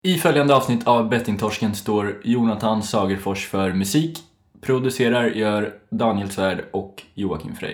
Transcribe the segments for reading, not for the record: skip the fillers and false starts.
I följande avsnitt av Bettingtorsken står Jonathan Sagerfors för musik. Producerar gör Daniel Svärd och Joakim Frey.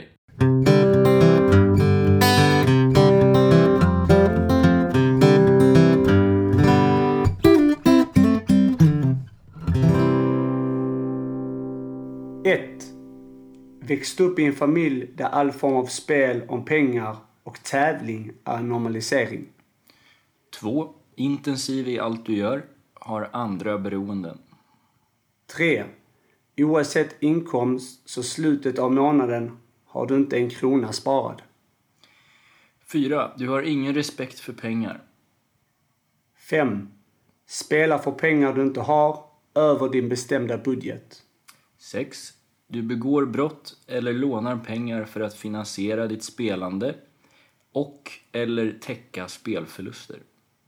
Växt upp i en familj där all form av spel om pengar och tävling är en normalisering. 2. Intensiv i allt du gör. Har andra beroenden. 3. Oavsett inkomst så slutet av månaden har du inte en krona sparad. 4. Du har ingen respekt för pengar. 5. Spela för pengar du inte har över din bestämda budget. 6. Du begår brott eller lånar pengar för att finansiera ditt spelande och eller täcka spelförluster.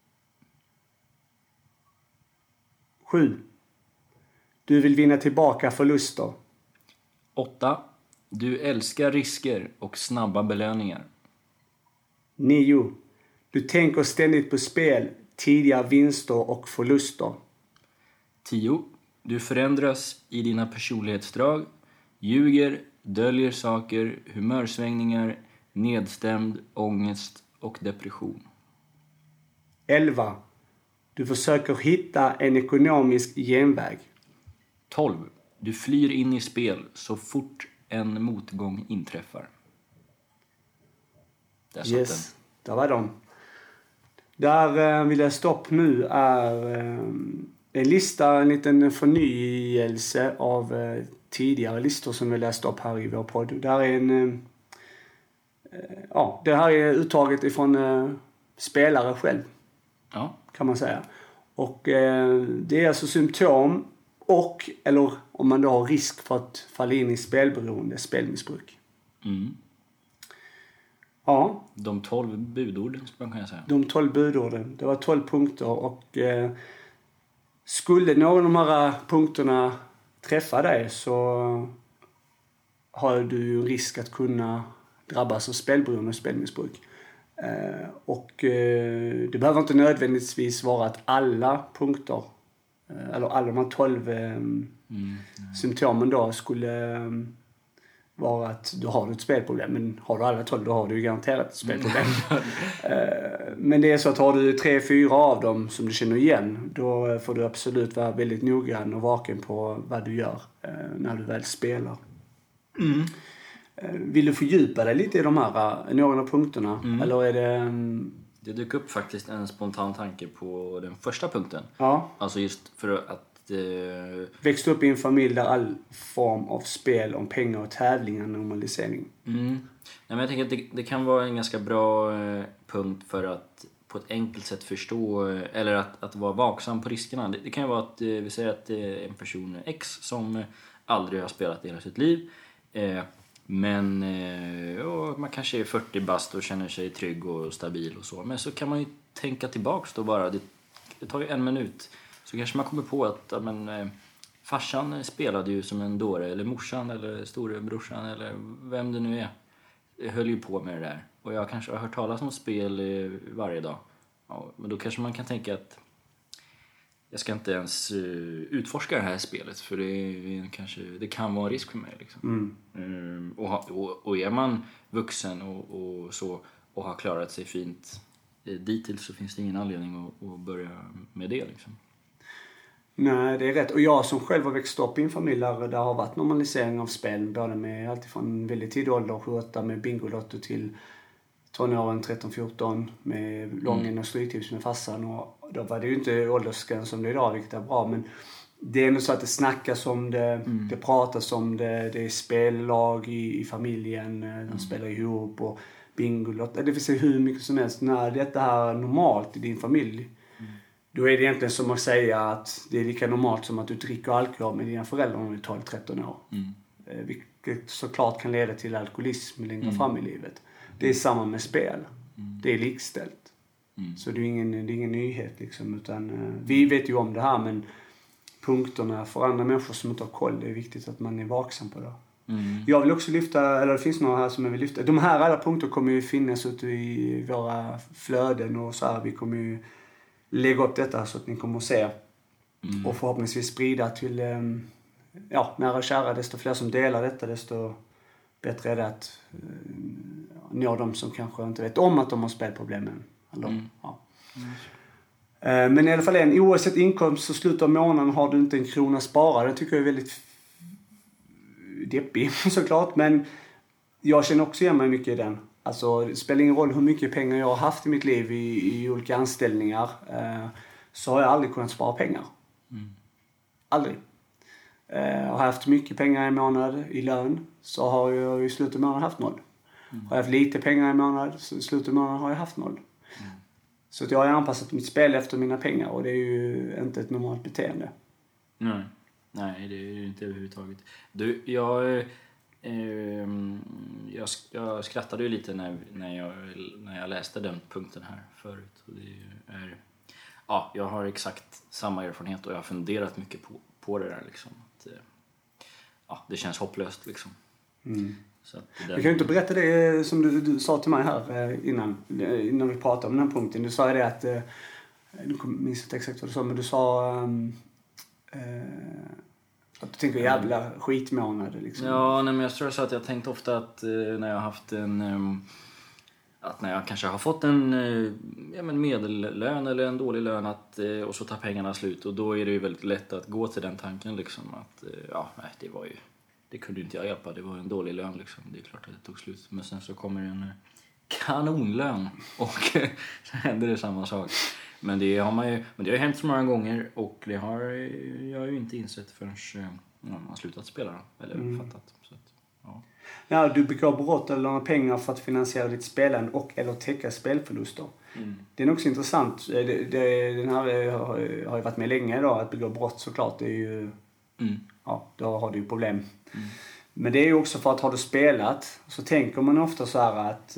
7. Du vill vinna tillbaka förluster. 8. Du älskar risker och snabba belöningar. 9. Du tänker ständigt på spel, tidiga vinster och förluster. 10. Du förändras i dina personlighetsdrag, ljuger, döljer saker, humörsvängningar, nedstämd, ångest och depression. 11. Du försöker hitta en ekonomisk genväg. 12. Du flyr in i spel så fort en motgång inträffar. Där satt Yes, där var de. Där vill jag stopp nu är en lista, en liten förnyelse av tidigare listor som vi läst upp här i vår podd. Där är det här är uttaget ifrån spelare själv. Ja. Kan man säga. Och det är alltså symptom och, eller om man då har risk för att falla in i spelberoende, spelmissbruk. Mm. Ja. De 12 budorden kan jag säga. De 12 budorden. Det var 12 punkter och skulle någon av de här punkterna träffa dig så har du ju risk att kunna drabbas av spelberoende och spelmissbruk. Det behöver inte nödvändigtvis vara att alla punkter eller alla de här 12 symptomen då skulle vara att du har ett spelproblem. Men har du alla 12 då har du ju garanterat ett spelproblem. Men det är så att har du 3-4 av dem som du känner igen, då får du absolut vara väldigt noggrann och vaken på vad du gör när du väl spelar. Mm. Vill du fördjupa dig lite i de här några av punkterna? Eller är det... Det dök upp faktiskt en spontan tanke på den första punkten. Ja. Alltså just för att... Växt upp i en familj där all form av spel om pengar och tävlingar normalisering. Nej, men jag tänker att det kan vara en ganska bra punkt för att på ett enkelt sätt förstå eller att vara vaksam på riskerna. Det kan ju vara att vi säger att det är en person X som aldrig har spelat i hela sitt liv. Men man kanske är 40 bast och känner sig trygg och stabil och så. Men så kan man ju tänka tillbaks då bara. Det tar ju 1 minut. Så kanske man kommer på att farsan spelade ju som en dåre. Eller morsan eller storebrorsan eller vem det nu är. Höll ju på med det där. Och jag kanske har hört talas om spel varje dag. Ja, men då kanske man kan tänka att jag ska inte ens utforska det här spelet. För det kan vara en risk för mig. Liksom. Och är man vuxen och så och har klarat sig fint dittills så finns det ingen anledning att börja med det. Liksom. Nej, det är rätt. Och jag som själv har växt upp i en familj där det har varit normalisering av spel. Både med alltifrån väldigt tidig ålder, 7-8 med Bingolotto till tonåren 13-14 med Lången och Stryktips med farsan. Och då var det ju inte åldersgräns som det är idag, vilket är bra. Men det är ändå så att det snackas om det, det pratas om det. Det är spellag i familjen, de spelar ihop och Bingolotto. Det finns hur mycket som helst. När detta här är normalt i din familj, då är det egentligen som att säga att det är lika normalt som att du dricker alkohol med dina föräldrar när du är 12-13 år. Vilket såklart kan leda till alkoholism längre fram i livet. Det är samma med spel. Det är likställt. Så det är ingen nyhet liksom. Utan, vi vet ju om det här, men punkterna för andra människor som inte har koll, det är viktigt att man är vaksam på det. Jag vill också lyfta, eller det finns några här som jag vill lyfta. De här alla punkter kommer ju finnas ute i våra flöden och så här. Vi kommer ju lägga upp detta så att ni kommer att se. Och förhoppningsvis sprida till nära och kära. Desto fler som delar detta, desto bättre är det att nå de som kanske inte vet om att de har spelproblem än. Eller, Men i alla fall oavsett inkomst så slutet av månaden har du inte en krona sparad. Det tycker jag är väldigt deppig såklart. Men jag känner också igen mig mycket i den. Alltså det spelar ingen roll hur mycket pengar jag har haft i mitt liv i olika anställningar. Så har jag aldrig kunnat spara pengar. Aldrig. Jag har haft mycket pengar i månad i lön, så har jag i slutet av månaden haft 0. Har jag haft lite pengar i månad, så i slutet av månaden har jag haft 0. Så att jag har anpassat mitt spel efter mina pengar, och det är ju inte ett normalt beteende. Nej, det är ju inte överhuvudtaget. Du, jag skrattade ju lite när jag läste den punkten här förut. Och det är, jag har exakt samma erfarenhet och jag har funderat mycket på det där liksom. Att, det känns hopplöst liksom. Så att Du kan ju inte berätta det som du sa till mig här innan vi pratade om den här punkten. Du sa det att, jag minns inte exakt vad du sa, men du sa att du tänker jävla skitmånader liksom. Ja, nej, men jag tror jag sa att jag tänkt ofta att när jag har haft att när jag kanske har fått en medellön eller en dålig lön och så tar pengarna slut, och då är det ju väldigt lätt att gå till den tanken liksom att det kunde inte jag hjälpa, det var en dålig lön liksom. Det är klart att det tog slut, men sen så kommer en kanonlön och så händer det samma sak. Men det har hänt så många gånger, och det har jag ju inte insett förrän man har slutat spela då, eller fattat. Så att, Ja, du begår brott eller lånar pengar för att finansiera ditt spelande och eller täcka spelförluster. Det är också intressant. Den här har ju varit med länge idag, att begå brott såklart. Det är ju, då har du ju problem. Men det är ju också för att har du spelat, så tänker man ofta så här att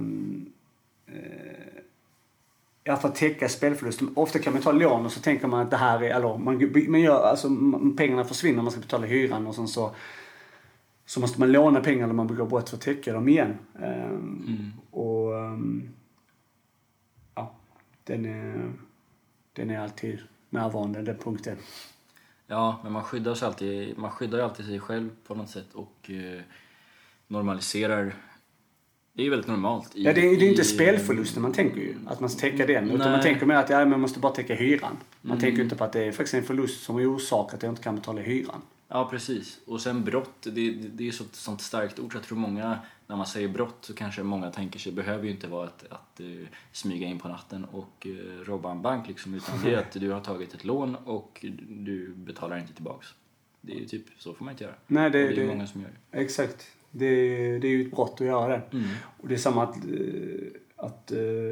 för att täcka spelförluster. Ofta kan man ta lån och så tänker man att det här är, eller man gör, alltså pengarna försvinner, man ska betala hyran och sen så måste man låna pengar när man begår brott för att täcka dem igen. Den är alltid närvarande, den punkten. Ja, men man skyddar alltid sig själv på något sätt och normaliserar. Det är ju väldigt normalt. Det är inte spelförlusten man tänker ju, att man ska täcka den. Utan man tänker mer att man måste bara täcka hyran. Man tänker inte på att det är faktiskt en förlust som är orsak att jag inte kan betala hyran. Ja, precis. Och sen brott, det är sånt starkt ord. Jag tror många, när man säger brott, så kanske många tänker sig, behöver ju inte vara att smyga in på natten och robba en bank liksom, utan det är att du har tagit ett lån och du betalar inte tillbaks. Det är ju typ, så får man inte göra. Nej, det är många som gör det. Exakt. Det är ju ett brott att göra det. Och det är samma att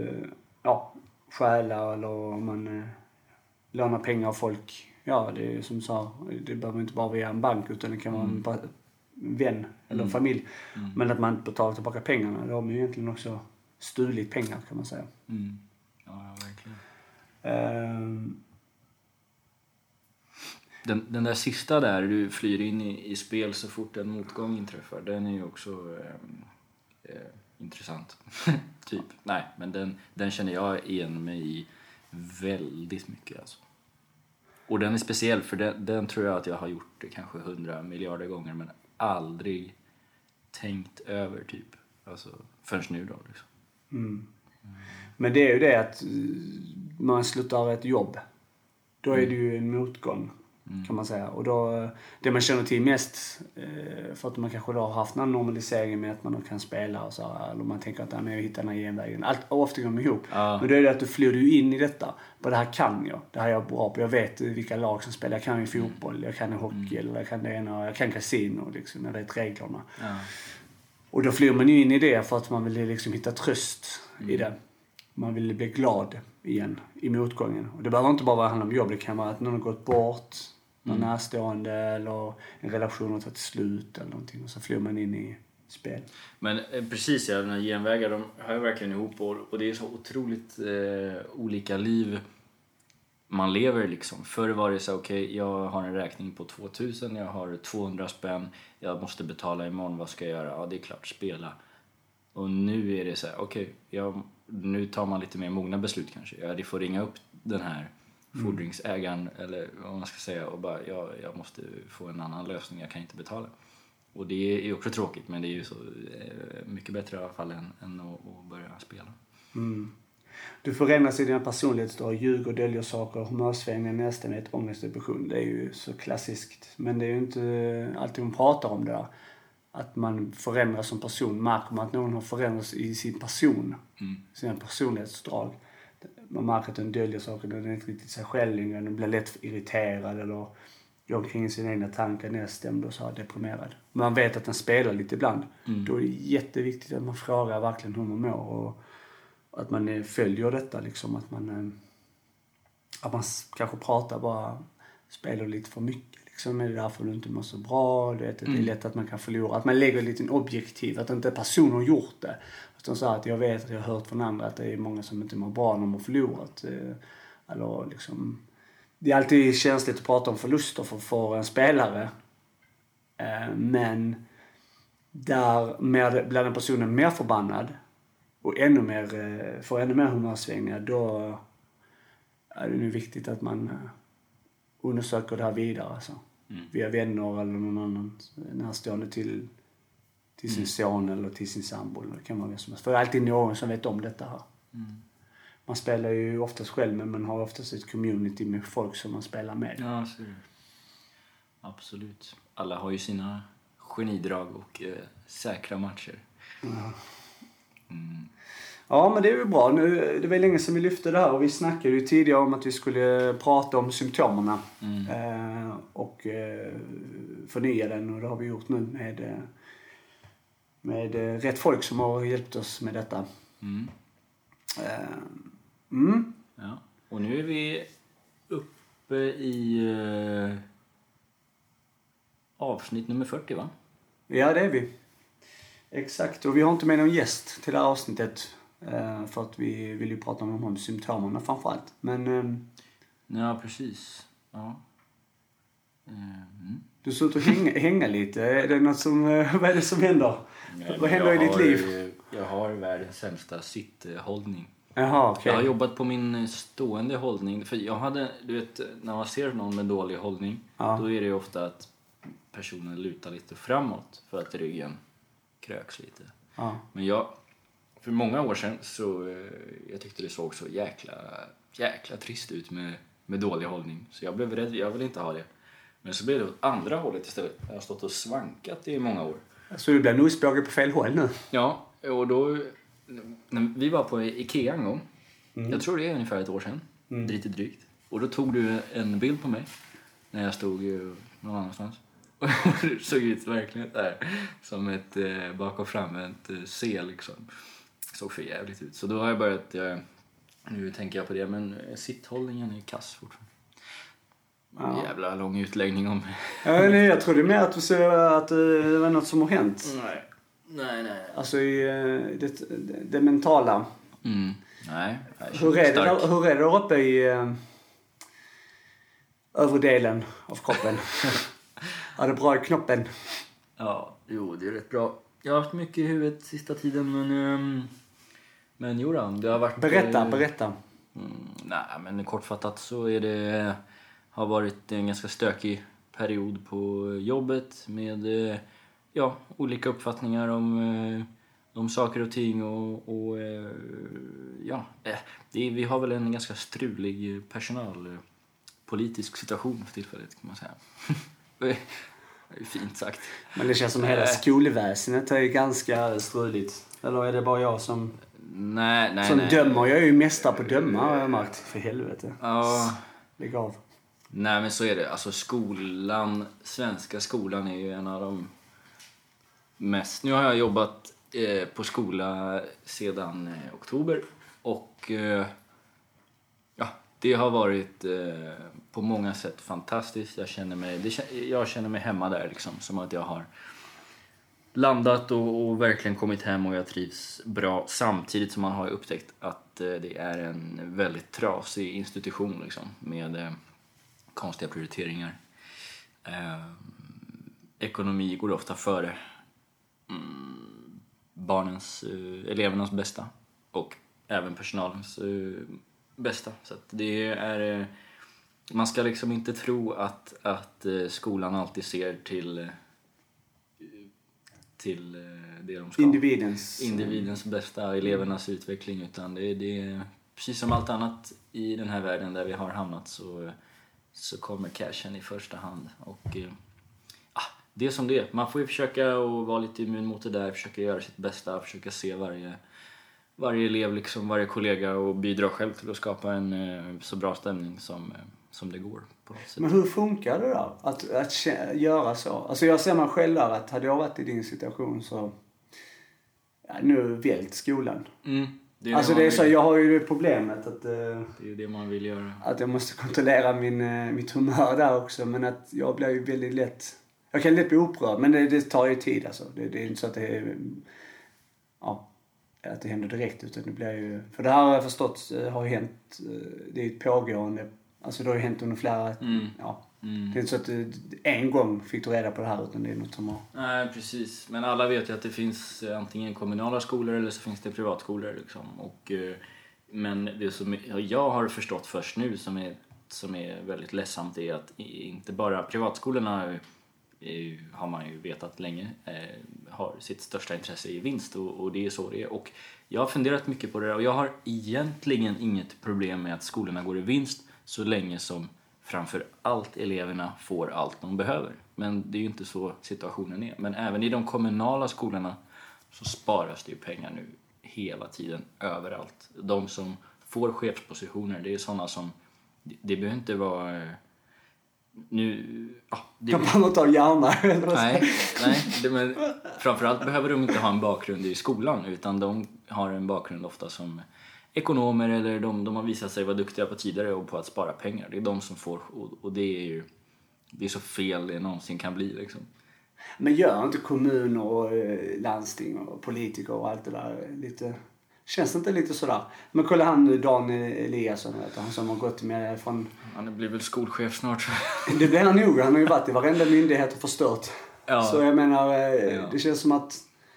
stjäla, eller om man lånar pengar av folk. Ja, det är som du sa, det behöver inte bara vara en bank, utan det kan vara en vän eller en familj. Men att man inte betalar tillbaka pengarna, då har man ju egentligen också stulit pengar, kan man säga. Ja, verkligen. Den där sista där, du flyr in i spel så fort en motgång inträffar, den är ju också intressant. Typ. Nej, men den känner jag igen mig i väldigt mycket alltså. Och den är speciell, för den tror jag att jag har gjort det kanske 100 miljarder gånger, men aldrig tänkt över typ. Alltså förrän nu då liksom. Men det är ju det att man slutar ett jobb. Då är det ju en motgång, kan man säga. Och då, det man känner till mest, för att man kanske då har haft någon normalisering med att man kan spela och så, eller man tänker att jag hittar den här genvägen. Allt ofta går ihop. Men då är det att du flyr du in i detta. Vad det här kan jag. Det här är jag bra på. Jag vet vilka lag som spelar. Jag kan ju fotboll, jag kan hockey, eller jag kan det ena, jag kan kasino liksom. Jag vet reglerna. Och då flyr man ju in i det för att man vill liksom hitta tröst i det. Man vill bli glad igen i motgången. Och det behöver inte bara handla om jobb. Det kan vara att någon har gått bort, någon närstående, eller en relation har tagit slut eller någonting. Och så flyr man in i spel. Men precis, ja, den här genvägar, de hör verkligen ihop. Och det är så otroligt olika liv man lever liksom. Förr var det så okej, jag har en räkning på 2000, jag har 200 spänn, jag måste betala imorgon, vad ska jag göra? Ja, det är klart, spela. Och nu är det så här, okej, jag nu tar man lite mer mogna beslut kanske. Ja, det får ringa upp den här fordringsägaren eller vad man ska säga och bara jag måste få en annan lösning, jag kan inte betala. Och det är också tråkigt, men det är ju så mycket bättre i alla fall än att börja spela. Du förändras i dina personlighetsdrag, ljuger, döljer saker, humörsvängningar, nästan ångestdepression. Det är ju så klassiskt. Men det är ju inte alltid man pratar om det där. Att man förändras som person. Märker man att någon har förändrats i sin person, sina personlighetsdrag. Man märker att den döljer saker, den är inte riktigt sig själv längre, den blir lätt irriterad eller går omkring sina egna tankar, nedstämd och så här deprimerad. Man vet att den spelar lite ibland. Då är det jätteviktigt att man frågar verkligen hur man mår och att man följer detta liksom, att man kanske pratar bara, spelar lite för mycket liksom, är det därför du inte mår så bra, det är lätt att man kan förlora, att man lägger lite objektiv, att inte personen har gjort det, utan så att jag vet att jag har hört från andra att det är många som inte mår bra när de har förlorat, eller liksom, det är alltid känsligt att prata om förluster för en spelare, men där blir den personen mer förbannad och får ännu mer humörsvängningar, då är det nu viktigt att man undersöker det här vidare. Alltså. Via vänner eller någon annan närstående till sin son eller till sin sambo. Det kan vara vem som helst. För det är alltid någon som vet om detta här. Man spelar ju oftast själv, men man har oftast ett community med folk som man spelar med. Ja, så är det. Absolut. Alla har ju sina genidrag och säkra matcher. Ja. Ja, men det är ju bra. Nu, det var länge sedan vi lyfte det här och vi snackade ju tidigare om att vi skulle prata om symptomerna och förnya den, och det har vi gjort nu med rätt folk som har hjälpt oss med detta. Ja. Och nu är vi uppe i avsnitt nummer 40, va? Ja, det är vi. Exakt, och vi har inte med någon gäst till det här avsnittet. För att vi vill ju prata om de här symptomerna framförallt. Men... ja, precis. Ja. Du ser ut att hänga lite. Är det något som... vad är det som händer? Nej, vad händer i ditt liv? Jag har världens sämsta sitthållning. Jaha, okej. Jag har jobbat på min stående hållning. För jag hade, du vet, när man ser någon med dålig hållning, då är det ju ofta att personen lutar lite framåt för att ryggen kröks lite. Ja. Men för många år sedan så jag tyckte det såg så jäkla trist ut med dålig hållning. Så jag blev rädd, jag vill inte ha det. Men så blev det åt andra hållet istället. Jag har stått och svankat i många år. Så du blir nosbåge på fel håll nu? Ja, och då... När vi var på Ikea en gång. Jag tror det är ungefär ett år sedan. Drygt. Och då tog du en bild på mig. När jag stod någon annanstans. Och det såg ut verkligen där. Som ett bak- och framvänt C liksom. Såg för jävligt ut. Så då har jag börjat... nu tänker jag på det. Men sitthållningen är kass fortfarande. Ja. Jävla lång utläggning om... nej, jag trodde mer att du sa att det var något som har hänt. Nej. Alltså i det mentala. Nej. Hur är det där uppe i övre delen av kroppen? Är det bra i knoppen? Ja, jo, det är rätt bra. Jag har haft mycket i huvudet sista tiden, men Joran, det har varit... Berätta. Nej, men kortfattat så har varit en ganska stökig period på jobbet med olika uppfattningar om saker och ting vi har väl en ganska strulig personalpolitisk situation för tillfället, kan man säga. Det är fint sagt. Men det känns som hela skolväsendet är ganska struligt. Eller är det bara jag som... Nej. dömer? Jag är ju mästare på döma, har jag märkt. För helvete. Ja. Lägg av. Nej, men så är det. Alltså svenska skolan är ju en av de mest... Nu har jag jobbat på skola sedan oktober. Och det har varit på många sätt fantastiskt. Jag känner mig hemma där liksom. Som att jag har landat och verkligen kommit hem och jag trivs bra. Samtidigt som man har upptäckt att det är en väldigt trasig institution liksom, med konstiga prioriteringar. Ekonomi går ofta före elevernas bästa. Och även personalens bästa. Så att det är... Man ska liksom inte tro att skolan alltid ser till det de ska. Individens bästa, elevernas utveckling. Utan det är precis som allt annat i den här världen där vi har hamnat, så kommer cashen i första hand. Och det är som det är. Man får ju försöka att vara lite immun mot det där, försöka göra sitt bästa, försöka se varje elev, liksom varje kollega, och bidra själv till att skapa en så bra stämning som det går på något sätt. Men hur funkar det då? Att göra så? Alltså jag ser mig själv där, att hade jag varit i din situation så... Ja, nu vält skolan. Det är så, jag har ju det problemet att... det är ju det man vill göra. Att jag måste kontrollera mitt humör där också. Men att jag blir ju väldigt lätt... Jag kan lätt bli upprörd, men det tar ju tid alltså. Det är inte så att det är... Ja, att det händer direkt, utan det blir ju... För det här har jag förstått har hänt... Det är ett pågående... Alltså det har ju hänt under flera... Ja. Det är inte så att en gång fick du reda på det här, utan det är något som har... Nej, precis. Men alla vet ju att det finns antingen kommunala skolor eller så finns det privatskolor liksom. Och, men det som jag har förstått först nu som är väldigt ledsamt är att inte bara privatskolorna har man ju vetat länge har sitt största intresse i vinst, och det är så det är. Och jag har funderat mycket på det där, och jag har egentligen inget problem med att skolorna går i vinst så länge som framför allt eleverna får allt de behöver. Men det är ju inte så situationen är. Men även i de kommunala skolorna så sparas det ju pengar nu hela tiden överallt. De som får chefspositioner, det är sådana som... Det behöver inte vara... Nu... Kan man inte ha hjärna? Nej, men framförallt behöver de inte ha en bakgrund i skolan, utan de har en bakgrund ofta som ekonomer, eller de har visat sig vara duktiga på tidigare och på att spara pengar. Det är de som får, och det är så fel det någonsin kan bli liksom. Men gör inte kommun och landsting och politiker och allt det där lite... Känns det inte lite sådär? Men kolla han nu, Dan Eliasson, han som har gått med från... Han blir väl skolchef snart. Det blir han nog. Han har ju varit i varenda myndighet och förstört. Ja. Så jag menar, det känns som att...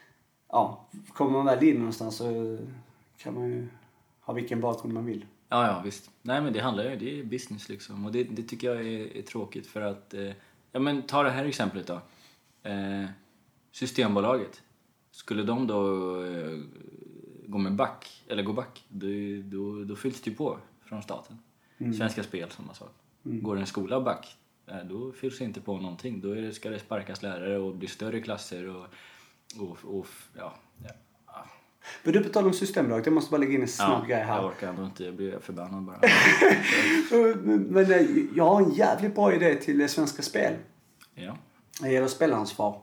Ja, kommer man väl in någonstans så kan man ju ha vilken bakgrund man vill. Ja, visst. Nej, men det är business liksom. Och det tycker jag är tråkigt, för att... Ja, men ta det här exemplet då. Systembolaget. Skulle de då... gå back, då fylls det ju på från staten. Svenska Spel, samma sak. Går en skola back, då fylls det inte på någonting. Då ska det sparkas lärare och bli större klasser och ja. Men du betalar om Systembolaget, jag måste bara lägga in en snabb grej här. Jag orkar ändå inte, jag blir förbannad bara. Men jag har en jävligt bra idé till Svenska Spel. Ja. Det gäller spelansvar.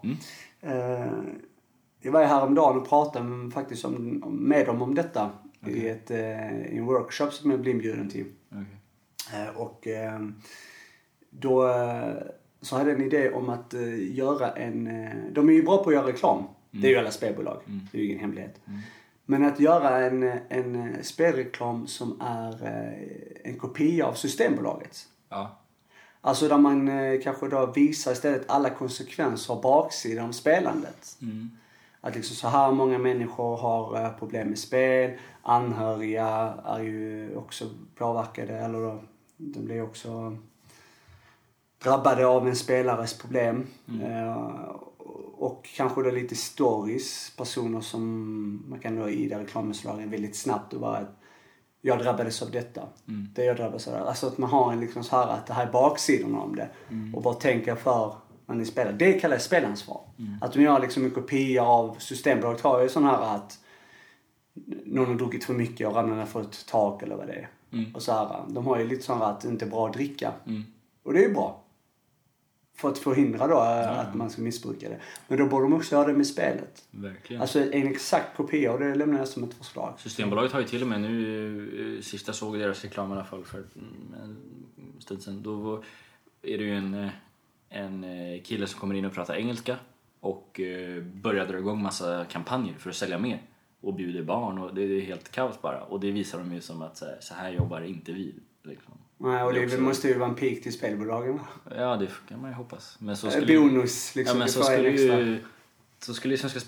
Jag var häromdagen och pratade faktiskt med dem om detta i en workshop som jag blev inbjuden till. Och då så hade jag en idé om att göra de är ju bra på att göra reklam. Det är ju alla spelbolag. Det är ju ingen hemlighet. Men att göra en spelreklam som är en kopia av Systembolaget. Ja. Alltså där man kanske då visar istället alla konsekvenser av baksidan av spelandet. Att liksom så här många människor har problem med spel. Anhöriga är ju också påverkade, eller då, de blir också drabbade av en spelares problem. Och kanske då lite stories, personer som man kan då i det reklaminslagen väldigt snabbt och bara att jag drabbades av detta. Det jag drabbades av. Alltså att man har en liksom så här, att det här är baksidorna om det. Och bara tänka för när ni spelar. Det kallar jag spelansvar. Att de gör liksom en kopia av Systembolaget har ju sån här att någon har druckit för mycket och ramlar ner för ett tak eller vad det är. Och så här, de har ju lite sån här att det inte är bra att dricka. Och det är ju bra. För att förhindra då att man ska missbruka det. Men då borde de också göra det med spelet. Verkligen. Alltså en exakt kopia, och det lämnar jag som ett förslag. Systembolaget har ju till och med nu, sista såg deras reklam i alla fall för en stund sedan. Då är det ju en kille som kommer in och pratar engelska och börjar dra igång massa kampanjer för att sälja mer. Och bjuder barn, och det är helt kaos bara. Och det visar de ju som att så här jobbar inte vi. Liksom. Nej, och det måste ju vara en pik till spelbolagen. Ja, det kan man ju hoppas. Men så skulle bonus liksom. Ja, men så skulle ju Svenska Spel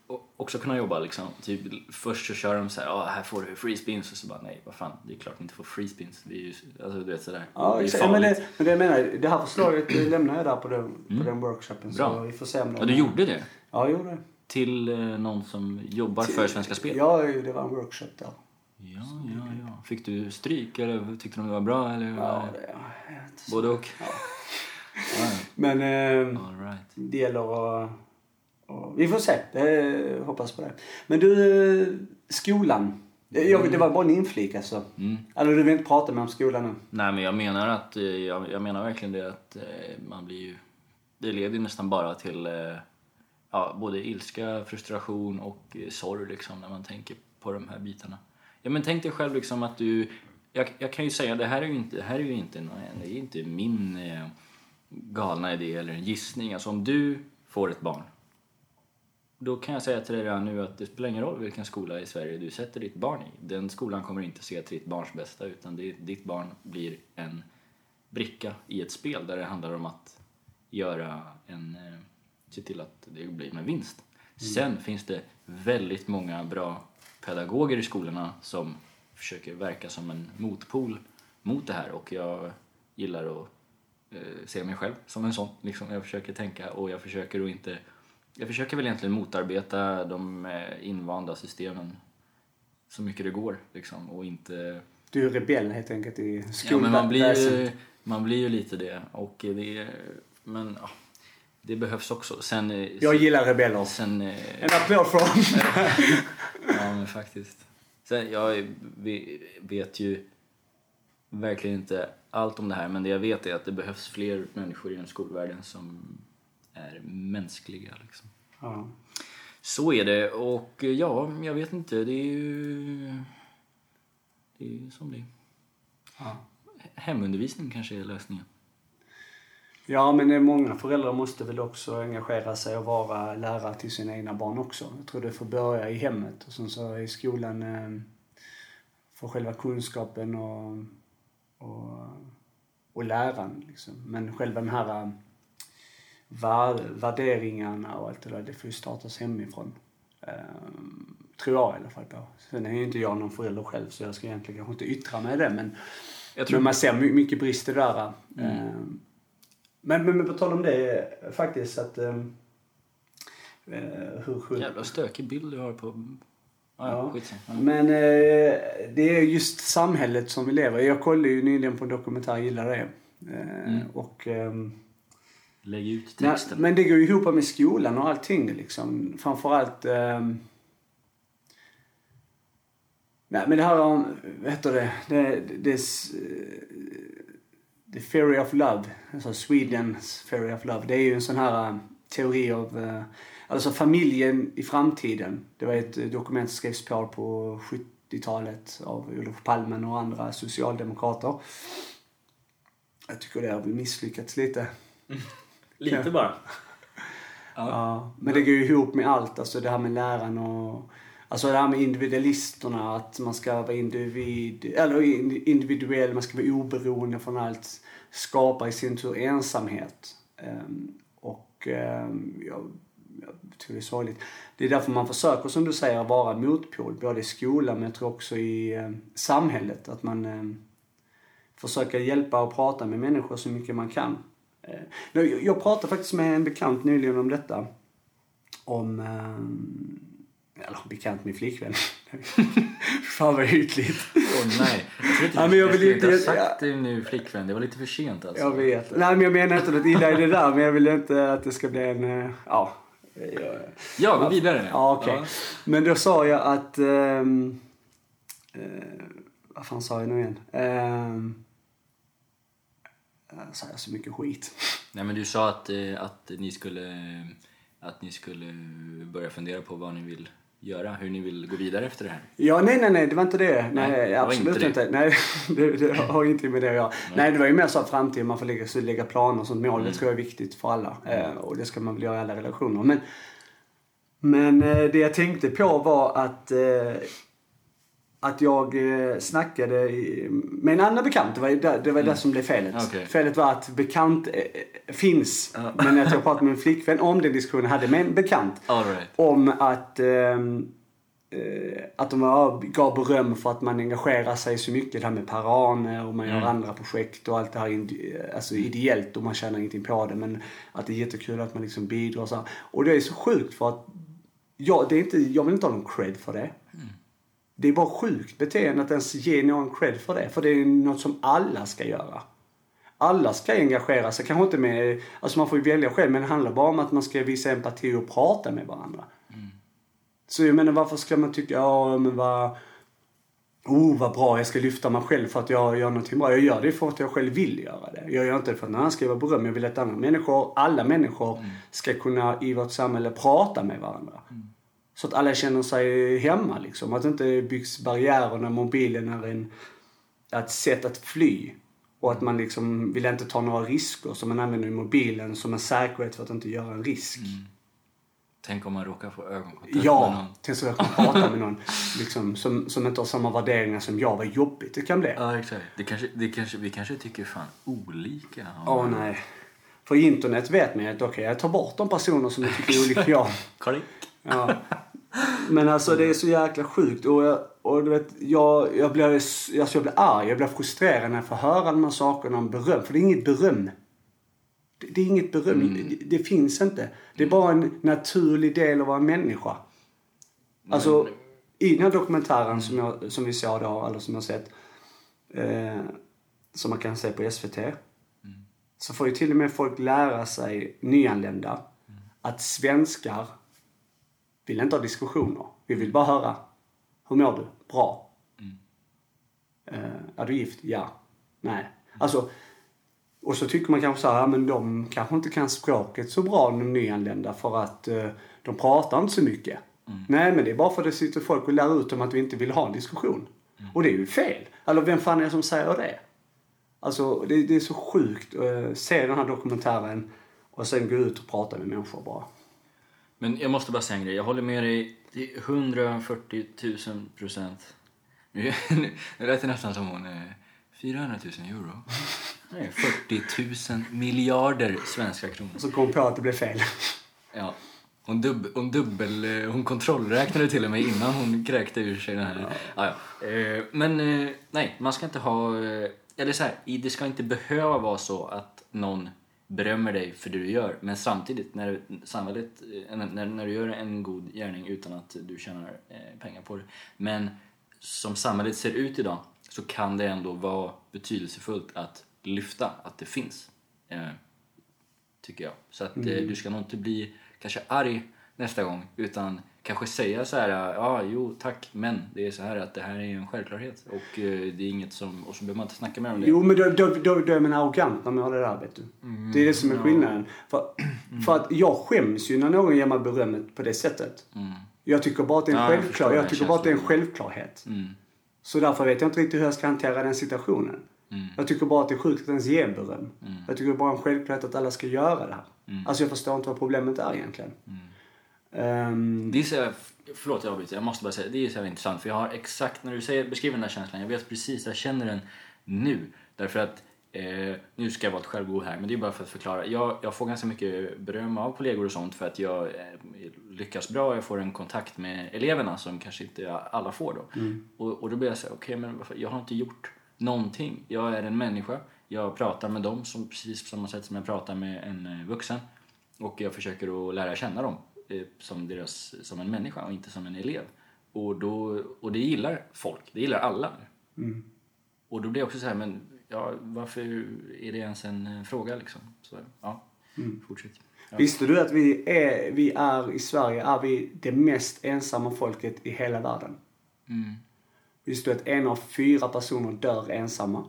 också kunna jobba liksom. Typ, först så kör de så här, här får du free spins, och så bara nej, vad fan, det är klart vi inte får free spins. Det är ju, alltså du vet sådär. Ja, det är exakt. Men det jag menar, det här förslaget lämnar jag där på den workshopen. Bra. Så vi får se om Ja, du gjorde det? Ja, jag gjorde det. Till någon som jobbar för Svenska Spel? Ja, det var en workshop där. Ja. Fick du stryk eller tyckte de det var bra? Eller? Ja, både och? Ja. Ja. Men All right. det gäller att... Vi får se. Hoppas på det. Men du, skolan. Det var bara en inflik alltså. Eller du vill inte prata med om skolan nu? Nej, men jag menar att jag menar verkligen det att man blir ju, det leder ju nästan bara till både ilska, frustration och sorg liksom när man tänker på de här bitarna. Ja, men tänk dig själv liksom att du, jag kan ju säga det här är ju inte min galna idé eller en gissning. Alltså om du får ett barn, då kan jag säga till dig redan nu att det spelar ingen roll vilken skola i Sverige du sätter ditt barn i. Den skolan kommer inte se till ditt barns bästa, utan ditt barn blir en bricka i ett spel där det handlar om att se till att det blir med vinst. Sen finns det väldigt många bra pedagoger i skolorna som försöker verka som en motpol mot det här, och jag gillar att se mig själv som en sån. Liksom, jag försöker tänka, och jag försöker väl egentligen motarbeta de invanda systemen så mycket det går liksom, och inte... Du är rebell helt enkelt i skolan. Ja, men man blir ju lite det, och det behövs också. Sen, jag gillar rebeller. En applåd för dem. Ja, men faktiskt. Sen, jag vet ju verkligen inte allt om det här, men det jag vet är att det behövs fler människor i skolvärlden som är mänskliga liksom. Ja. Så är det, och jag vet inte, det är ju som det är. Ja. Hemundervisning kanske är lösningen. Ja, men många föräldrar måste väl också engagera sig och vara lärare till sina egna barn också. Jag tror det får börja i hemmet, och sen så i skolan får själva kunskapen och läran liksom. Men själva den här värderingarna och allt det där, det får ju startas hemifrån. Tror jag i alla fall på. Sen är ju inte jag någon förälder själv, så jag ska egentligen kanske inte yttra mig det, men man ser mycket brister där. Men på tal om det faktiskt att jävla stökig bild du har på. Skitsen. Men det är just samhället som vi lever i. Jag kollade ju nyligen på en dokumentär, gillar det. Och lägg ut texten. Men det går ju ihop med skolan och allting liksom. Framförallt men det här om, vad heter det The Theory of Love, alltså Swedens Theory of Love. Det är ju en sån här teori av alltså familjen i framtiden. Det var ett dokument som skrevs på 70-talet av Olof Palme och andra socialdemokrater. Jag tycker det har misslyckats lite. Lite bara. Ja, men det går ju ihop med allt, alltså det här med läran och alltså det här med individualisterna, att man ska vara individuell, man ska vara oberoende från allt, skapa i sin tur ensamhet. Jag tror det är sorgligt. Det är därför man försöker, som du säger, vara motpol, både i skolan men jag tror också i samhället, att man försöker hjälpa och prata med människor så mycket man kan. Jag pratade faktiskt med en bekant nyligen om detta. Eller bekant med flickvän. Fan vad ytligt. Nej. Jag vill inte ha sagt det nu, flickvän. Det var lite för sent alltså. Jag vet. Nej, men jag menar inte något illa i det där. Men jag vill inte att det ska bli en... gå vidare. Ja, okej. Ja. Men då sa jag att... vad fan sa jag nu igen? Jag sa så mycket skit. Nej, men du sa att ni skulle börja fundera på vad ni vill göra, hur ni vill gå vidare efter det här. Ja, nej, det var inte det. Nej, absolut inte. Nej, det har inte med det att göra. Nej, det var ju mer så att framtiden man får lägga planer och sånt mål. Det tror jag är viktigt för alla. Och det ska man väl göra i alla relationer. Men det jag tänkte på var att att jag snackade med en annan bekant. Det var det som blev felet. Okay. Felet var att bekant finns. Men att jag pratade med en flickvän om den diskussionen hade med en bekant. All right. Om att de gav beröm för att man engagerar sig så mycket. Det här med paraner och man gör andra projekt och allt det här alltså ideellt och man tjänar ingenting på det. Men att det är jättekul att man liksom bidrar så här. Och det är så sjukt för att jag vill inte ha någon cred för det. Det är bara sjukt beteende att ens ge någon cred för det. För det är något som alla ska göra. Alla ska engagera sig. Kanske inte med, alltså man får ju välja själv, men det handlar bara om att man ska visa empati och prata med varandra. Så jag menar, varför ska man tycka, vad bra, jag ska lyfta mig själv för att jag gör någonting bra. Jag gör det för att jag själv vill göra det. Jag gör inte det för att någon ska vara beröm. Jag vill att alla människor ska kunna i vårt samhälle prata med varandra. Så att alla känner sig hemma liksom. Att det inte byggs barriärer när mobilen är ett sätt att fly. Och att man liksom vill inte ta några risker som man använder i mobilen som en säkerhet för att inte göra en risk. Tänk om man råkar få ögonkontakt med någon. Tänk så jag kan prata med någon liksom, som inte har samma värderingar som jag. Vad jobbigt det kan bli. Ja, exakt. Vi kanske tycker fan olika. Nej. För internet vet man att jag tar bort de personer som jag tycker olika jag. Ja. Men alltså det är så jäkla sjukt. Och du vet, jag blir arg. Jag blir frustrerad när jag får höra de här sakerna om beröm. För det är inget beröm. Det är inget beröm. Det finns inte. Det är bara en naturlig del av att vara en människa. Alltså i den här dokumentären som vi såg då, eller som jag sett, som man kan se på SVT, så får ju till och med folk lära sig, nyanlända, att svenskar vill inte ha diskussioner. Vi vill bara höra, hur mår du? Bra. Är du gift? Ja. Nej. Alltså, och så tycker man kanske så här, men de kanske inte kan språket så bra, de nyanlända, för att de pratar inte så mycket. Nej, men det är bara för att det sitter folk och lär ut om att vi inte vill ha en diskussion. Och det är ju fel. Eller vem fan är det som säger det? Alltså, det är så sjukt att se den här dokumentären och sen gå ut och prata med människor bara. Men jag måste bara säga en grej. Jag håller med dig till 140 000%. Nu lät det nästan som hon 400 000 euro. Nej, 40 000 miljarder svenska kronor. Så kom på att det blev fel. Ja. Hon kontrollräknade till och med innan hon kräkte ur sig den här. Ja. Men nej, man ska inte ha, eller så här, det ska inte behöva vara så att någon berömmer dig för det du gör, men samtidigt när du gör en god gärning utan att du tjänar pengar på det, men som samhället ser ut idag, så kan det ändå vara betydelsefullt att lyfta att det finns, tycker jag. Så att du ska nog inte bli kanske arg nästa gång, utan kanske säga så här: jo tack, men det är så här att det här är en självklarhet och det är inget som, och så behöver man inte snacka mer om det. Jo, men då är man arrogant när man har det där, vet du. Det är det som är skillnaden. För att jag skäms ju när någon ger mig berömmet på det sättet. Jag tycker bara att det är en självklarhet. Så därför vet jag inte riktigt hur jag ska hantera den situationen. Jag tycker bara att det är sjukt att ens ge beröm. Jag tycker bara en självklarhet att alla ska göra det här. Alltså jag förstår inte vad problemet är egentligen. Det är så, förlåt jag avbryter, jag måste bara säga, det är så intressant, för jag har exakt, när du beskriver den här känslan, jag vet precis, jag känner den nu, därför att nu ska jag vara ett självgod här, men det är bara för att förklara. Jag får ganska mycket beröm av kollegor och sånt för att jag lyckas bra, jag får en kontakt med eleverna som kanske inte alla får då. Och då blir jag så här, okej, men jag har inte gjort någonting, jag är en människa, jag pratar med dem som, precis på samma sätt som jag pratar med en vuxen, och jag försöker att lära känna dem som en människa och inte som en elev. Och det gillar folk, det gillar alla. Och då blir det också så här, men varför är det ens en fråga liksom? Så fortsätt. Ja. Visste du att vi är i Sverige är vi det mest ensamma folket i hela världen? Visste du att 1 av 4 personer dör ensamma?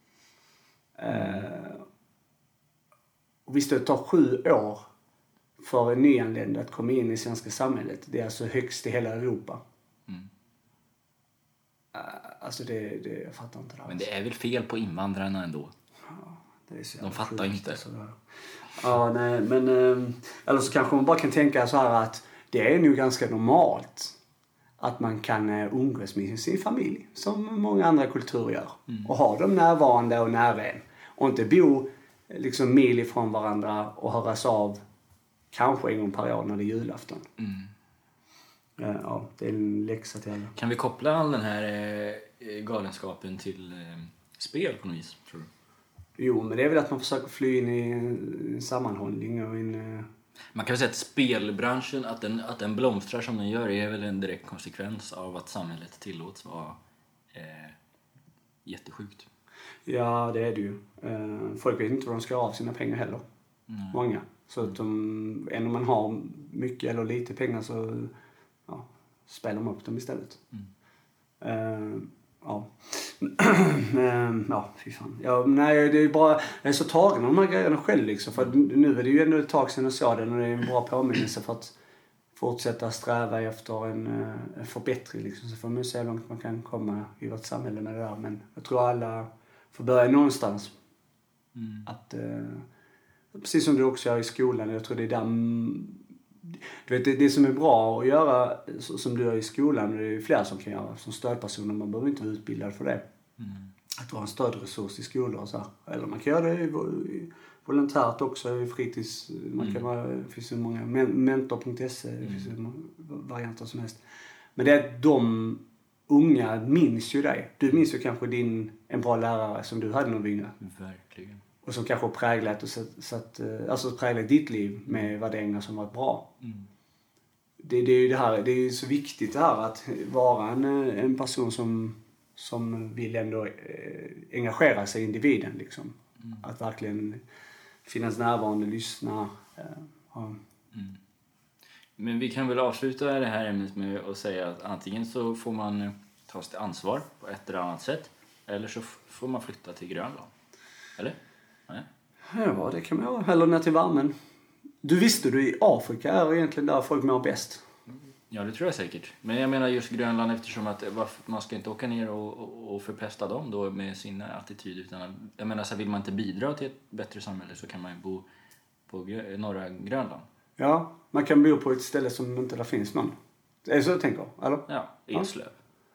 Och visste du att det tar 7 år för en nyanländ att komma in i svenska samhället? Det är alltså högst i hela Europa. Alltså jag fattar inte det. Men det är väl fel på invandrarna ändå? Ja, det är så de fattar inte. Ja, nej, men eller så kanske man bara kan tänka så här att det är nog ganska normalt att man kan umgås med sin familj som många andra kulturer gör. Och ha dem närvarande och nära en. Och inte bo liksom mil ifrån varandra och höras av kanske en gång per år när det är julafton. Ja, det är en läxa till alla. Kan vi koppla all den här galenskapen till spel på något vis, tror du? Jo, men det är väl att man försöker fly in i en sammanhållning och Man kan väl säga att spelbranschen, att den blomstrar som den gör, är väl en direkt konsekvens av att samhället tillåts vara jättesjukt. Ja, det är det ju. Folk vet inte vad de ska ha av sina pengar heller. Många. Så att även om man har mycket eller lite pengar så spelar man upp dem istället. Ja, fy fan. Nej, det är bara, jag är så tagen av de här grejerna själv liksom. För nu är det ju ändå ett tag sedan jag sa det och det är en bra påminnelse för att fortsätta sträva efter en förbättring liksom. Så får man se hur långt man kan komma i vårt samhälle med det där. Men jag tror alla får börja någonstans. Att, precis som du också gör i skolan, jag tror det är där. Du vet, det som är bra att göra som du gör i skolan, det är flera som kan göra som stödpersoner, man behöver inte vara utbildad för det. Att ha en stödresurs i skolor och så här. Eller man kan göra det volontärt också i fritids. Man kan det finns ju många, mentor.se, det finns ju varianter som helst. Men det är att de unga minns ju dig. Du minns ju kanske en bra lärare som du hade när du var yngre. Verkligen. Och som kanske har präglat präglat ditt liv med värderingar som varit bra. Det är ju det här, det är ju så viktigt det här att vara en person som vill ändå engagera sig i individen liksom. Att verkligen finnas närvarande, lyssna. Men vi kan väl avsluta det här ämnet med att säga att antingen så får man ta sitt ansvar på ett eller annat sätt, eller så får man flytta till Grönland. Eller? Nej. Ja, det kan man göra. Eller ner till värmen. Du visste du i Afrika är egentligen där folk mår bäst. Ja, det tror jag säkert. Men jag menar just Grönland eftersom att man ska inte åka ner och förpesta dem då med sina attityder. Utan, jag menar, så vill man inte bidra till ett bättre samhälle så kan man ju bo på norra Grönland. Ja, man kan bo på ett ställe som inte där finns någon. Är det så jag tänker? Eller? Ja, Eslöv.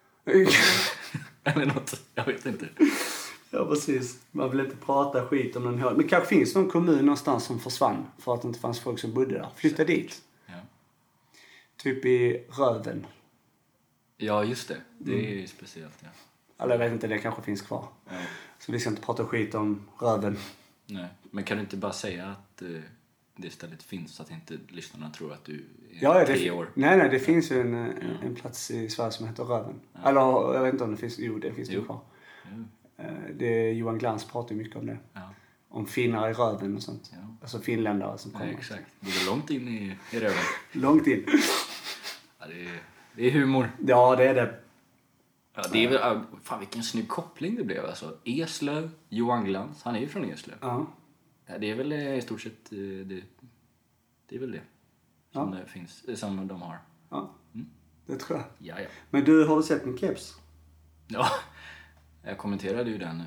Eller något, jag vet inte. Ja, precis. Man vill inte prata skit om någon håll. Men kanske finns någon kommun någonstans som försvann för att det inte fanns folk som bodde där. Flytta dit. Ja. Typ i Röven. Ja, just det. Det är ju speciellt, ja. Eller jag vet inte, det kanske finns kvar. Ja. Så vi ska inte prata skit om Röven. Nej, men kan du inte bara säga att det stället finns så att inte lyssnarna tror att du är 3 år? Nej, det finns ju en plats i Sverige som heter Röven. Ja. Eller jag vet inte om det finns. Jo, det finns det kvar. Ja. Johan Glans pratar mycket om det. Ja. Om finnar i röven och sånt. Ja. Alltså finländare som kommer. Ja, exakt. Det är långt in i röven. Långt in. Ja, det är humor. Ja, det är det. Ja, det är väl, fan vilken snygg koppling det blev alltså. Eslöv, Johan Glans, han är ju från Eslöv. Ja. Ja, det är väl i stort sett det är väl det som det finns, som de har. Ja, det tror jag. Ja. Men du, har du sett min keps? Ja, jag kommenterade ju den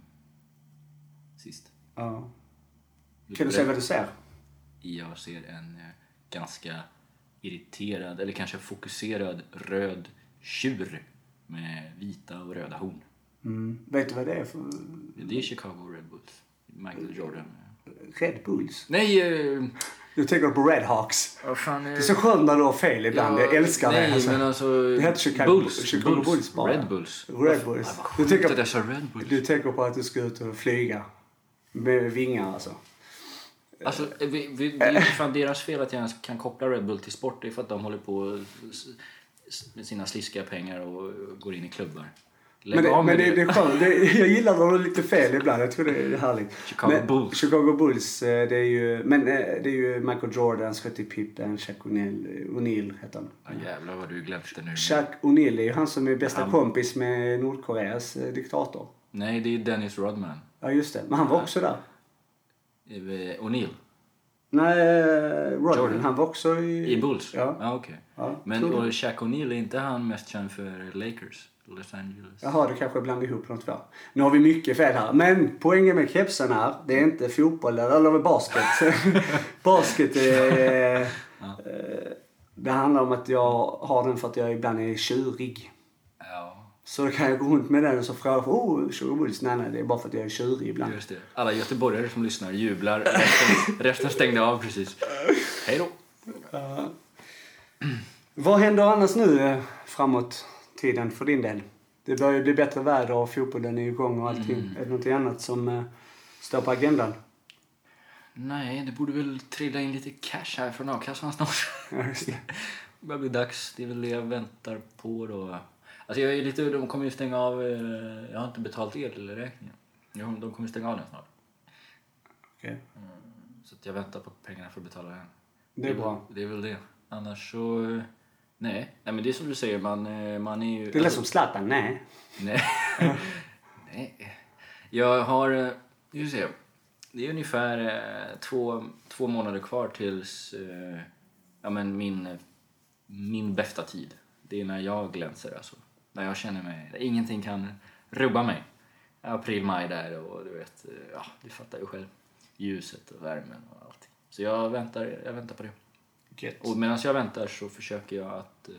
sist. Ja. Kan du säga vad du ser? Jag ser en ganska irriterad, eller kanske fokuserad röd tjur med vita och röda horn. Vet du vad det är för? Det är Chicago Red Bulls. Michael Jordan. Red Bulls? Nej! Du tänker på Red Hawks. Fan, det är så skönt när du har fel ibland. Jag älskar det. Nej, men alltså... Det heter Chicago Bulls bara. Red Bulls. Red Bulls. Red Bulls. Du tänker på att du ska ut och flyga. Med vingar alltså. Alltså, det är fan deras fel att jag kan koppla Red Bull till sport. Det är för att de håller på med sina sliskiga pengar och går in i klubbar. Men det är skönt. Jag gillar när det är lite fel ibland. Jag tror det är härligt. Chicago Bulls, det är ju... Men det är ju Michael Jordan, Scottie Pippen, Shaq O'Neal heter han. Ja, jävlar vad du glömde nu. Shaq O'Neal är ju han som är bästa kompis med Nordkoreas diktator. Nej, det är Dennis Rodman. Ja, just det. Men han var också där. O'Neal? Nej, Rodman. Han var också i Bulls? Ja, okej. Ja, men Shaq O'Neal, är inte han mest känd för Lakers? Los Angeles. Jaha, det kanske blandar ihop något för. Nu har vi mycket fel här. Men poängen med kepsen här, det är inte fotboll eller basket. Basket är... Det handlar om att jag har den för att jag ibland är tjurig. Ja. Så då kan jag gå runt med den och så fråga, tjuribulls, nej, det är bara för att jag är tjurig ibland. Just det. Alla göteborgare som lyssnar jublar. Resten stängde av precis. Hej då. Vad händer annars nu framåt tiden för din del? Det börjar ju bli bättre väder och fotbollen är igång och allting. Är det något annat som står på agendan? Nej, det borde väl trilla in lite cash här från a-kassan snart. Ja, just det. Det börjar bli dags. Det är väl det jag väntar på då. Alltså jag är lite, de kommer ju stänga av, jag har inte betalt elräkningen. De kommer stänga av den snart. Okej. Så att jag väntar på pengarna för att betala den. Det är bra. Det är väl det. Annars så, nej men det är som du säger, man är ju... Det är lätt som Zlatan, nej. Nej. Nej. Jag har, det är ungefär 2 månader kvar tills min bästa tid. Det är när jag glänser alltså. När jag känner mig, ingenting kan rubba mig. April, maj där och du vet, du fattar ju själv. Ljuset och värmen och allting. Så jag väntar på det. Gött. Och medan jag väntar så försöker jag att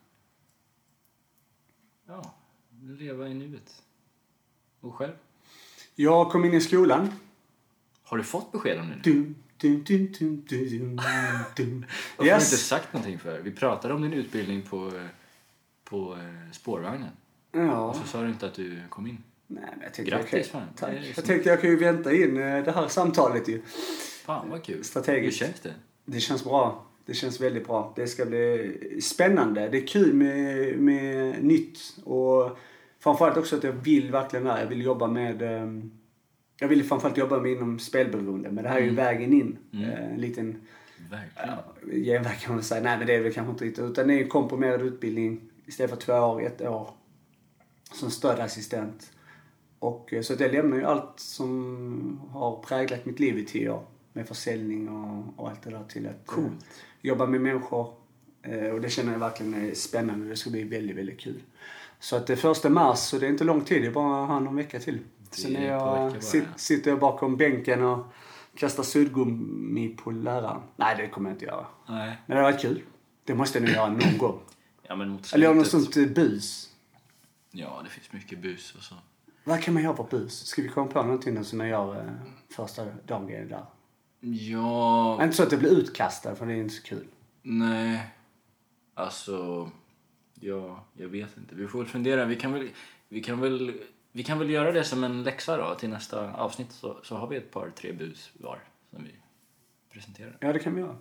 leva i nuet. Och själv? Jag kom in i skolan. Har du fått besked om det nu? Dum. Varför har du inte sagt någonting för? Vi pratade om din utbildning på spårvagnen. Ja. Och så sa du inte att du kom in. Nej, men jag tänkte Grattis, fan. Tack. Jag tänkte jag kan ju vänta in det här samtalet ju. Fan vad kul. Strategiskt. Hur känns det? Det känns bra. Det känns väldigt bra. Det ska bli spännande. Det är kul med nytt. Och framförallt också att jag vill verkligen jag vill jobba med... Jag vill framförallt jobba med inom spelberoende. Men det här är ju vägen in. En liten... Verkligen. Genväg kan man säga. Nej, men det är väl kanske inte riktigt. Utan det är en komprimerad utbildning. Istället för 2 år, 1 år. Som stödassistent. Och så att jag lämnar ju allt som har präglat mitt liv i 10 år. Med försäljning och allt det där till att jobba med människor. Och det känner jag verkligen är spännande. Det ska bli väldigt, väldigt kul. Så att det är 1 mars, så det är inte lång tid. Det är bara någon vecka till. Sen sitter jag bakom bänken och kastar suddgummi på läraren. Nej, det kommer jag inte göra. Nej. Men det har varit kul. Det måste jag nog göra någon gång. Ja, men mot slutet... Eller göra något sånt bus. Ja, det finns mycket bus och så. Vad kan man göra på bus? Ska vi komma på någonting som jag gör första dagen där? Ja... Inte så att det blir utkastad, för det är inte så kul. Nej. Alltså... Ja, jag vet inte. Vi får väl fundera. Vi kan väl göra det som en läxa då till nästa avsnitt. Så har vi ett par 3 bus var som vi presenterar. Ja, det kan vi göra.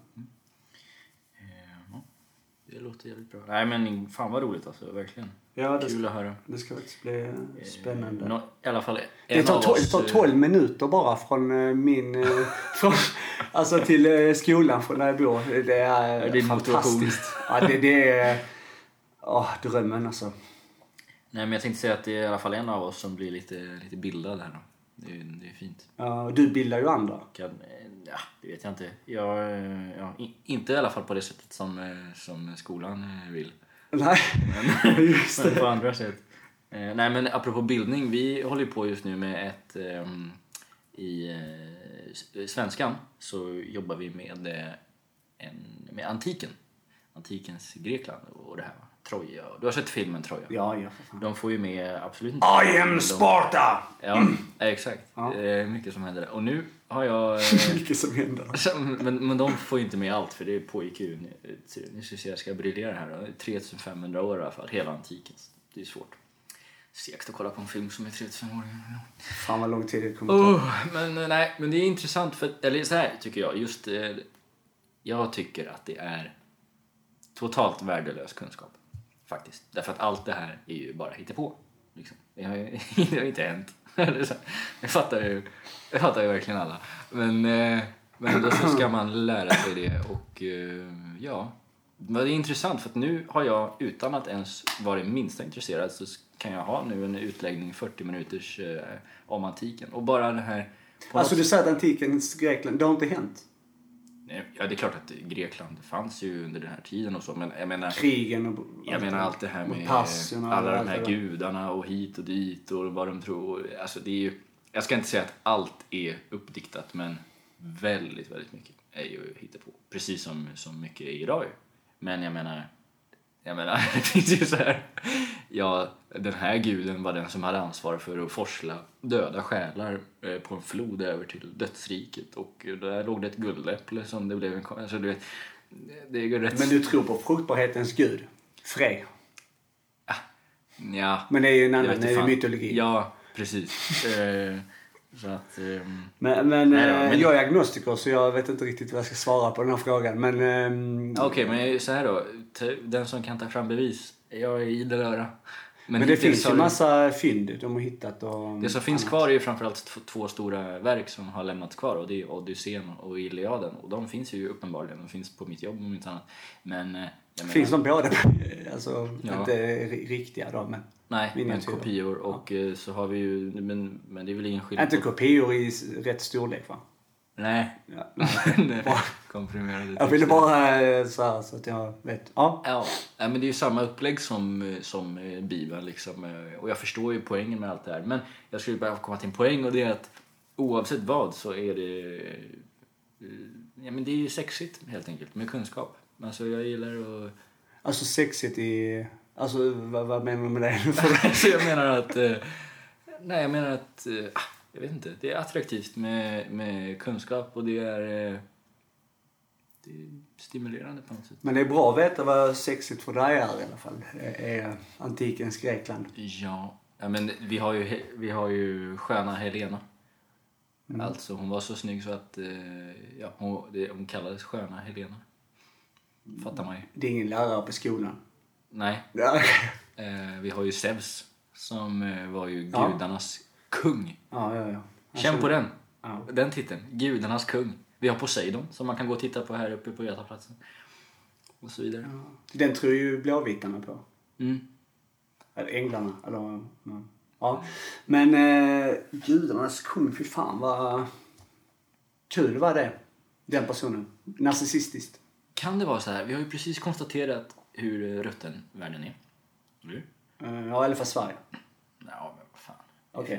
Det låter jävligt bra. Nej, men fan vad roligt alltså, verkligen. Ja, kul att höra. Det ska faktiskt bli spännande. I alla fall det tar 12 minuter bara från min... alltså till skolan från där jag bor. Det är fantastiskt. Ja, det är... drömmen alltså. Nej, men jag tänkte säga att det är i alla fall en av oss som blir lite bildad här då. Det är fint. Ja, du bildar ju andra. Det vet jag inte. Inte i alla fall på det sättet som skolan vill. Nej, just det. Men på andra sätt. Nej, men apropå bildning. Vi håller på just nu med i svenskan så jobbar vi med antiken. Antikens Grekland och det här. Troja. Du har sett filmen Troja? Ja, för fan. De får ju med absolut inte... I am Sparta! Ja, exakt. Ja. Det är mycket som händer där. Och nu har jag... mycket som händer. Men de får ju inte med allt, för det pågick ju... Nu ska jag ska briljera här. 3500 år i alla fall, hela antiken. Det är svårt. Segt att kolla på en film som är 35 år. Fan vad lång tid det kommer ta. Men det är intressant för... Eller så här tycker jag. Just... Jag tycker att det är totalt värdelös kunskap. Faktiskt. Därför att allt det här är ju bara hittepå. Liksom. Det har ju inte hänt. Jag fattar ju verkligen alla. Men då så ska man lära sig det. Och men det är intressant för att nu har jag, utan att ens vara minsta intresserad, så kan jag ha nu en utläggning 40 minuters om antiken. Och bara det här... Alltså du säger att antikens Grekland, det har inte hänt? Ja, det är klart att Grekland fanns ju under den här tiden och så, men jag menar... Krigen och... Jag menar allt det här med alla de här gudarna och hit och dit och vad de tror. Alltså det är ju... Jag ska inte säga att allt är uppdiktat, men väldigt, väldigt mycket är ju hittepå. Precis som mycket är idag ju. Men jag menar det finns ju så här. Ja, den här guden var den som hade ansvar för att forsla döda själar på en flod över till dödsriket. Och där låg det ett guldäpple som det blev en... Alltså, du vet, det är rätt... Men du tror på fruktbarhetens gud? Frej? Ja. Men det är ju en annan, det är mytologi. Ja, precis. Så att... Men jag är agnostiker så jag vet inte riktigt vad jag ska svara på den här frågan. Men... Okej, men så här då. Den som kan ta fram bevis. Jag är idel öra. Men det finns ju massa fynd de har hittat. Och det som finns kvar är ju framförallt 2 stora verk som har lämnats kvar. Och det är Odysseen och Iliaden. Och de finns ju uppenbarligen. De finns på mitt jobb och mitt annat. Men... finns de båda? Alltså, inte riktiga då, men... Nej, men kopior. Och så har vi ju... Men det är väl ingen skillnad. Inte kopior i rätt storlek, va? Nej. Ja. Komprimerade. Jag ville bara så här, så att jag vet. Ja, men det är ju samma upplägg som Bibeln liksom. Och jag förstår ju poängen med allt det här. Men jag skulle bara komma till en poäng, och det är att oavsett vad så är det... Ja, men det är ju sexigt helt enkelt med kunskap. Alltså jag gillar att... Alltså sexigt i... Alltså vad menar du med det? Alltså jag menar att... Jag vet inte. Det är attraktivt med kunskap, och det är stimulerande på något sätt. Men det är bra att veta vad sexigt för dig är i alla fall. Är antikens Grekland. Ja, men vi har ju sköna Helena. Alltså hon var så snygg så att hon kallades sköna Helena. Fattar man ju. Det är ingen lärare på skolan. Nej. Vi har ju Zeus som var ju gudarnas kung. Ja. Känn på den. Ja. Den titeln. Gudarnas kung. Vi har Poseidon som man kan gå och titta på här uppe på Götaplatsen. Och så vidare. Ja. Den tror ju blåvitarna på. Mm. Eller änglarna. Eller, ja. Men gudarnas kung, fy fan vad kul var det. Den personen. Narcissistiskt. Kan det vara så här? Vi har ju precis konstaterat hur rutten världen är. Eller? Ja, eller för Sverige. Ja, men vad fan. Okej.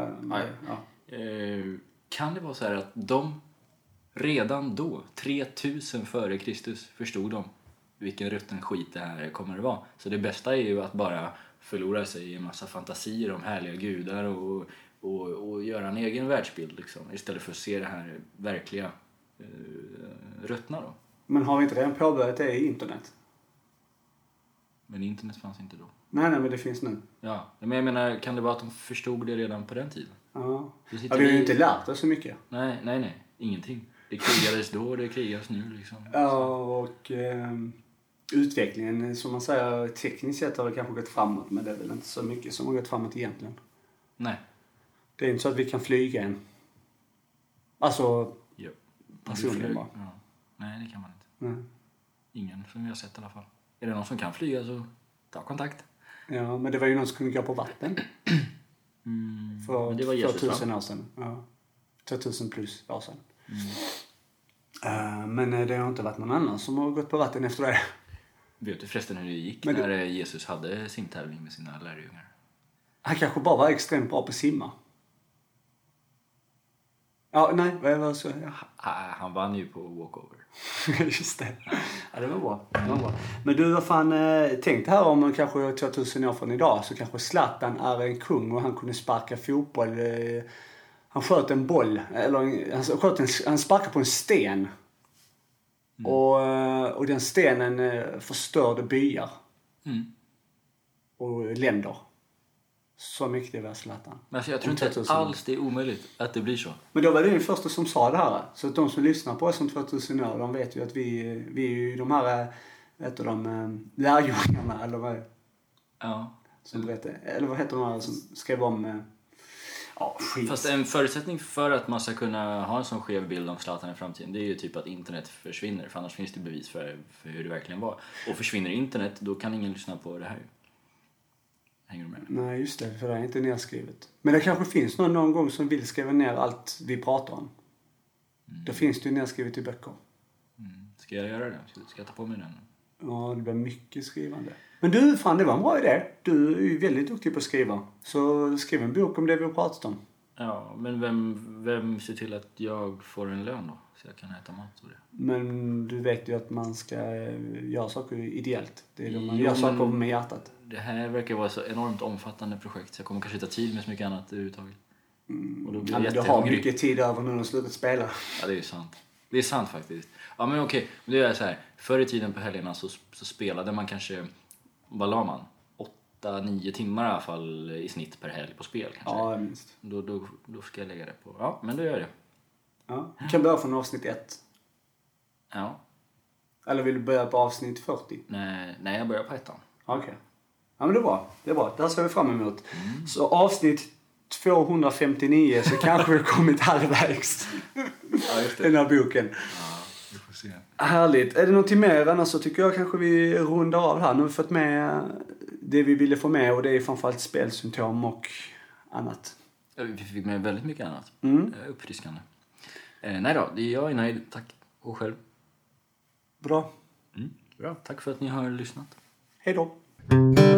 Kan det vara så här att de redan då, 3000 före Kristus, förstod de vilken rutten skit det här kommer att vara. Så det bästa är ju att bara förlora sig i en massa fantasier om härliga gudar och göra en egen världsbild liksom, istället för att se det här verkliga ruttna då. Men har vi inte redan påbörjat det i internet? Men internet fanns inte då. Nej, men det finns nu. Ja, men jag menar, kan det vara att de förstod det redan på den tiden? Ja. Vi har ju inte lärt oss så mycket. Nej, ingenting. Det krigades då och det krigas nu liksom. Ja, och utvecklingen, som man säger, tekniskt sett har det kanske gått framåt, men det är väl inte så mycket som har gått framåt egentligen. Nej. Det är inte så att vi kan flyga än. Alltså, ja. personligen bara. Ja. Nej, det kan man inte. Nej. Ingen som vi har sett i alla fall. Är det någon som kan flyga så ta kontakt. Ja, men det var ju någon som kunde gå på vatten. För det var Jesus, 2000 år sedan. Ja. 2000 plus år sedan. Men det har inte varit någon annan som har gått på vatten efter det. Vet du förresten hur det gick när Jesus hade sin tävling med sina lärjungar? Han kanske bara var extremt bra på att simma. Ja, nej, vad var så? Ja. Han vann ju på walkover. Just det. Ja, det var bra. Men du, vad fan, tänk här om kanske 2000 år från idag så kanske Zlatan är en kung och han kunde sparka fotboll. Han sköt en boll, eller han sparkade på en sten. Och den stenen förstörde byar. Och länder. Så mycket var Zlatan. Men alltså, jag tror inte alls det är omöjligt att det blir så. Men då var det den första som sa det här. Så att de som lyssnar på oss om 2000 år, de vet ju att vi är ju de här, lärjungarna, eller vad? Ja. Som berättade, eller vad heter de här som skrev om... skit. Fast en förutsättning för att man ska kunna ha en sån skev bild om Zlatan i framtiden, det är ju typ att internet försvinner. För annars finns det bevis för hur det verkligen var. Och försvinner internet, då kan ingen lyssna på det här. Hänger du med? Nej, just det. För det är inte nedskrivet. Men det kanske finns någon gång som vill skriva ner allt vi pratar om. Då finns det ju nedskrivet i böcker. Ska jag göra det? Ska jag ta på mig den? Ja, det blir mycket skrivande. Men du, fan, det var en bra idé. Du är ju väldigt duktig på att skriva. Så skriv en bok om det vi har pratat om. Ja, men vem ser till att jag får en lön då? Så jag kan äta mat och det. Men du vet ju att man ska göra saker ideellt. Det är då man gör saker med hjärtat. Det här verkar vara så enormt omfattande projekt så jag kommer kanske ta tid med så mycket annat överhuvudtaget. Och då blir jag du har mycket tid över nu när du slutat spela. Ja, det är ju sant. Det är sant faktiskt. Ja, men okej. Det är så här. Förr i tiden på helgerna så spelade man kanske, vad la man? 8-9 timmar i alla fall i snitt per helg på spel kanske. Ja, minst. Då ska jag lägga det på. Ja, men då gör jag det. Ja. Vi kan börja från avsnitt 1. Ja. Eller vill du börja på avsnitt 40? Nej, jag börjar på 1. Okej. Ja, men det är bra. Det är bra. Det här ser vi fram emot. Så avsnitt 259 så kanske vi har kommit halvvägs. Ja, just det. Den här boken. Ja, vi får se. Härligt. Är det någonting mer? Annars så tycker jag kanske vi rundar av här. Nu har vi fått med det vi ville få med och det är framförallt spelsymptom och annat. Vi fick med väldigt mycket annat. Mm. Uppfriskande. Nej då, jag är nöjd. Tack. Och själv. Bra. Bra. Tack för att ni har lyssnat. Hej då.